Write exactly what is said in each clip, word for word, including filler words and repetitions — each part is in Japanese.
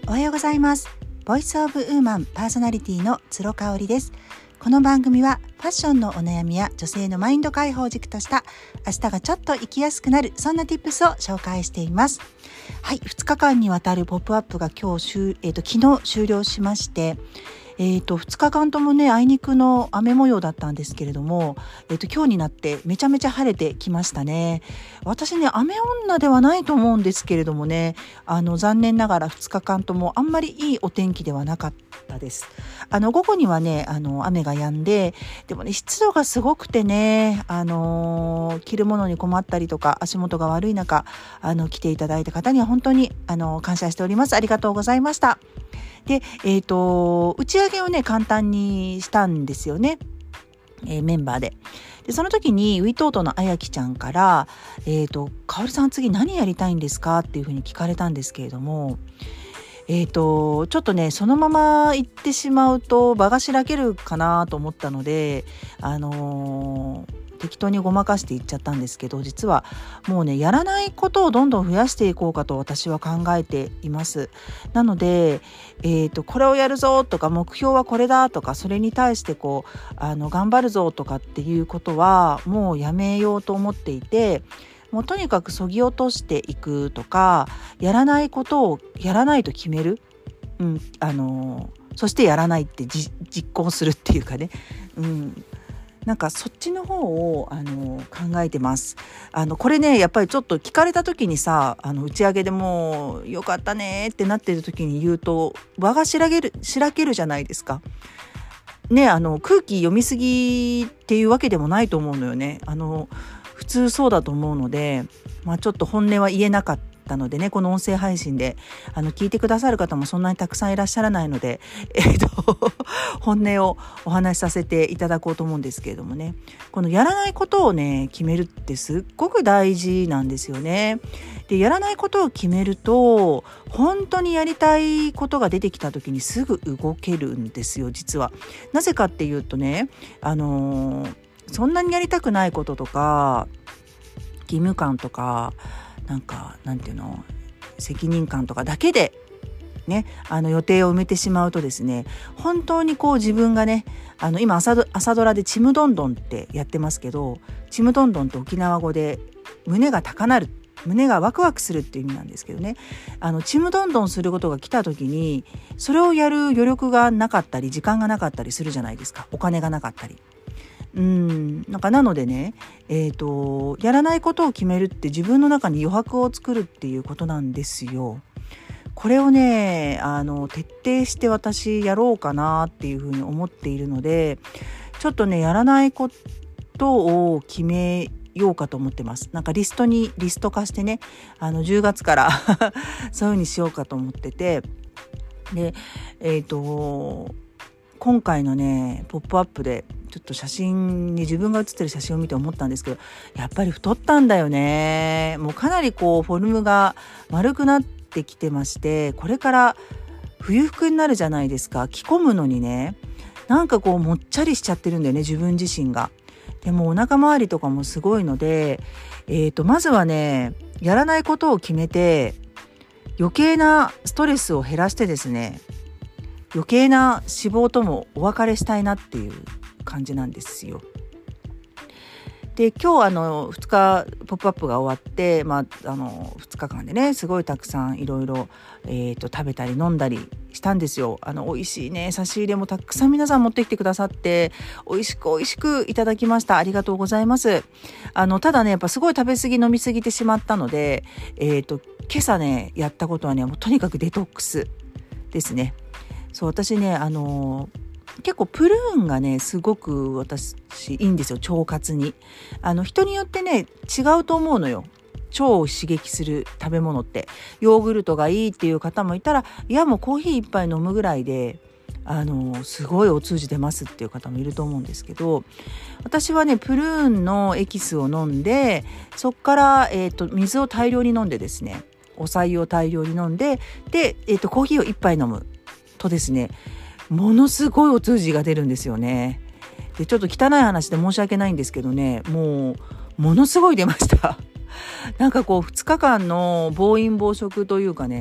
おはようございます。ボイスオブウーマンパーソナリティの鶴香織です。この番組はファッションのお悩みや女性のマインド解放を軸とした明日がちょっと生きやすくなる、そんな tips を紹介しています。はい、ふつかかんにわたるポップアップが今日、えー、と昨日終了しまして、えー、とふつかかんともねあいにくの雨模様だったんですけれども、えー、と今日になってめちゃめちゃ晴れてきましたね。私ね雨女ではないと思うんですけれどもね、あの残念ながらふつかかんともあんまりいいお天気ではなかったです。あの午後にはねあの雨が止んで、でもね湿度がすごくてね、あのー、着るものに困ったりとか足元が悪い中あの来ていただいた方には本当にあの感謝しております。ありがとうございました。で、えーと、打ち上げをね簡単にしたんですよね、えー、メンバーで。でその時にウィトートのあやきちゃんから「えーと、かおりさん次何やりたいんですか?」っていうふうに聞かれたんですけれども、えーと、ちょっとねそのまま行ってしまうと場がしらけるかなと思ったので、あのー適当にごまかして言っちゃったんですけど、実はもうねやらないことをどんどん増やしていこうかと私は考えています。なので、えーと、これをやるぞとか目標はこれだとか、それに対してこうあの頑張るぞとかっていうことはもうやめようと思っていて、もうとにかく削ぎ落としていくとか、やらないことをやらないと決める、うん、あのそしてやらないって実行するっていうかね、うんなんかそっちの方をあの考えてます。あのこれねやっぱりちょっと聞かれた時にさ、あの打ち上げでもうよかったねってなってる時に言うと場がしらけるしらけるじゃないですかね。あの空気読みすぎっていうわけでもないと思うのよね。あの普通そうだと思うので、まあ、ちょっと本音は言えなかったのでね、この音声配信であの聞いてくださる方もそんなにたくさんいらっしゃらないので、えーと本音をお話しさせていただこうと思うんですけれどもね、このやらないことをね決めるってすっごく大事なんですよね。でやらないことを決めると本当にやりたいことが出てきた時にすぐ動けるんですよ。実はなぜかっていうとね、あのー、そんなにやりたくないこととか義務感とかなんかなんていうの責任感とかだけでね、あの予定を埋めてしまうとですね、本当にこう自分がね、あの今朝ド、朝ドラでちむどんどんってやってますけど、ちむどんどんって沖縄語で胸が高鳴る、胸がワクワクするっていう意味なんですけどね、あのちむどんどんすることが来た時にそれをやる余力がなかったり時間がなかったりするじゃないですか。お金がなかったり。うんなんかなのでね、えーと、やらないことを決めるって自分の中に余白を作るっていうことなんですよ。これをねあの徹底して私やろうかなっていうふうに思っているので、ちょっとねやらないことを決めようかと思ってます。なんかリストにリスト化してね、あのじゅうがつからそういう風にしようかと思ってて、でえっと今回のねポップアップでちょっと写真に自分が写ってる写真を見て思ったんですけど、やっぱり太ったんだよね。もうかなりこうフォルムが丸くなってきてまして、これから冬服になるじゃないですか。着込むのにねなんかこうもっちゃりしちゃってるんだよね、自分自身が。でもお腹周りとかもすごいので、えーとまずはねやらないことを決めて余計なストレスを減らしてですね、余計な脂肪ともお別れしたいなっていう感じなんですよ。で今日あのふつかポップアップが終わって、まあ、あのふつかかんでねすごいたくさんいろいろ食べたり飲んだりしたんですよ。あの美味しいね差し入れもたくさん皆さん持ってきてくださって美味しく美味しくいただきました。ありがとうございます。あのただねやっぱすごい食べ過ぎ飲み過ぎてしまったので、えーと今朝ねやったことはねもうとにかくデトックスですね。そう私ねあの結構プルーンがねすごく私いいんですよ、腸活に。あの人によってね違うと思うのよ、腸を刺激する食べ物って。ヨーグルトがいいっていう方もいたら、いやもうコーヒー一杯飲むぐらいであのすごいお通じ出ますっていう方もいると思うんですけど、私はねプルーンのエキスを飲んで、そっから、えーと、水を大量に飲んでですね、お白湯を大量に飲んで、で、えーと、コーヒーを一杯飲むとですね、ものすごいお通じが出るんですよね。でちょっと汚い話で申し訳ないんですけどね、もうものすごい出ましたなんかこうふつかかんの暴飲暴食というかね、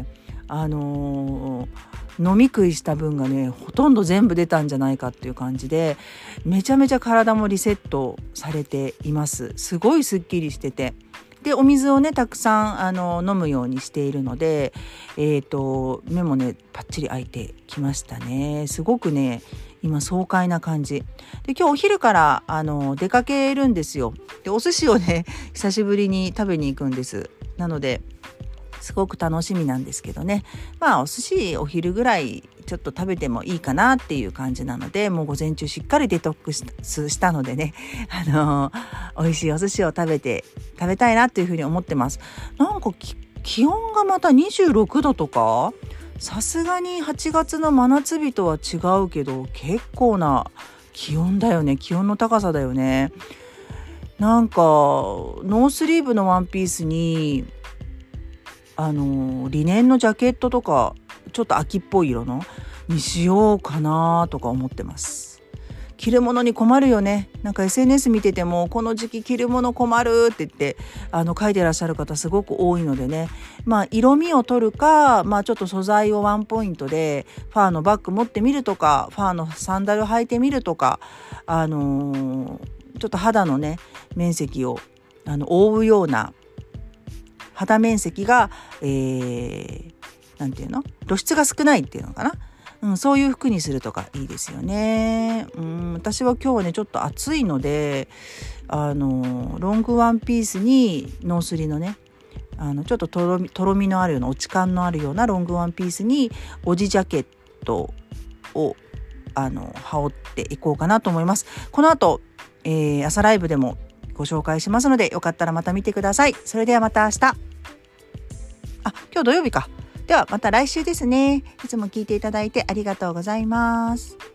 あのー、飲み食いした分がねほとんど全部出たんじゃないかっていう感じで、めちゃめちゃ体もリセットされています。すごいすっきりしてて、でお水をねたくさんあの飲むようにしているので、えーと目もねパッチリ開いてきましたね。すごくね今爽快な感じで、今日お昼からあの出かけるんですよ。でお寿司をね久しぶりに食べに行くんです。なのですごく楽しみなんですけどね、まあお寿司お昼ぐらいちょっと食べてもいいかなっていう感じなので、もう午前中しっかりデトックスしたのでね、あのー、美味しいお寿司を食べて食べたいなっていうふうに思ってます。なんか気温がまたにじゅうろくどとか、さすがにはちがつの真夏日とは違うけど結構な気温だよね。気温の高さだよね。なんかノースリーブのワンピースにあのリネンのジャケットとかちょっと秋っぽい色のにしようかなとか思ってます。着るものに困るよね。なんか エスエヌエス 見ててもこの時期着るもの困るって言ってあの書いてらっしゃる方すごく多いのでね、まあ色味を取るか、まあちょっと素材をワンポイントでファーのバッグ持ってみるとか、ファーのサンダル履いてみるとか、あのー、ちょっと肌のね面積をあの覆うような肌面積が、えー、なんていうの露出が少ないっていうのかな、うん、そういう服にするとかいいですよね。うん、私は今日はねちょっと暑いのであのロングワンピースにノースリのねあのちょっととろみ、とろみのあるような落ち感のあるようなロングワンピースにボディジャケットをあの羽織っていこうかなと思います。この後、えー、朝ライブでもご紹介しますので、よかったらまた見てください。それではまた明日。あ、今日土曜日か。ではまた来週ですね。いつも聞いていただいてありがとうございます。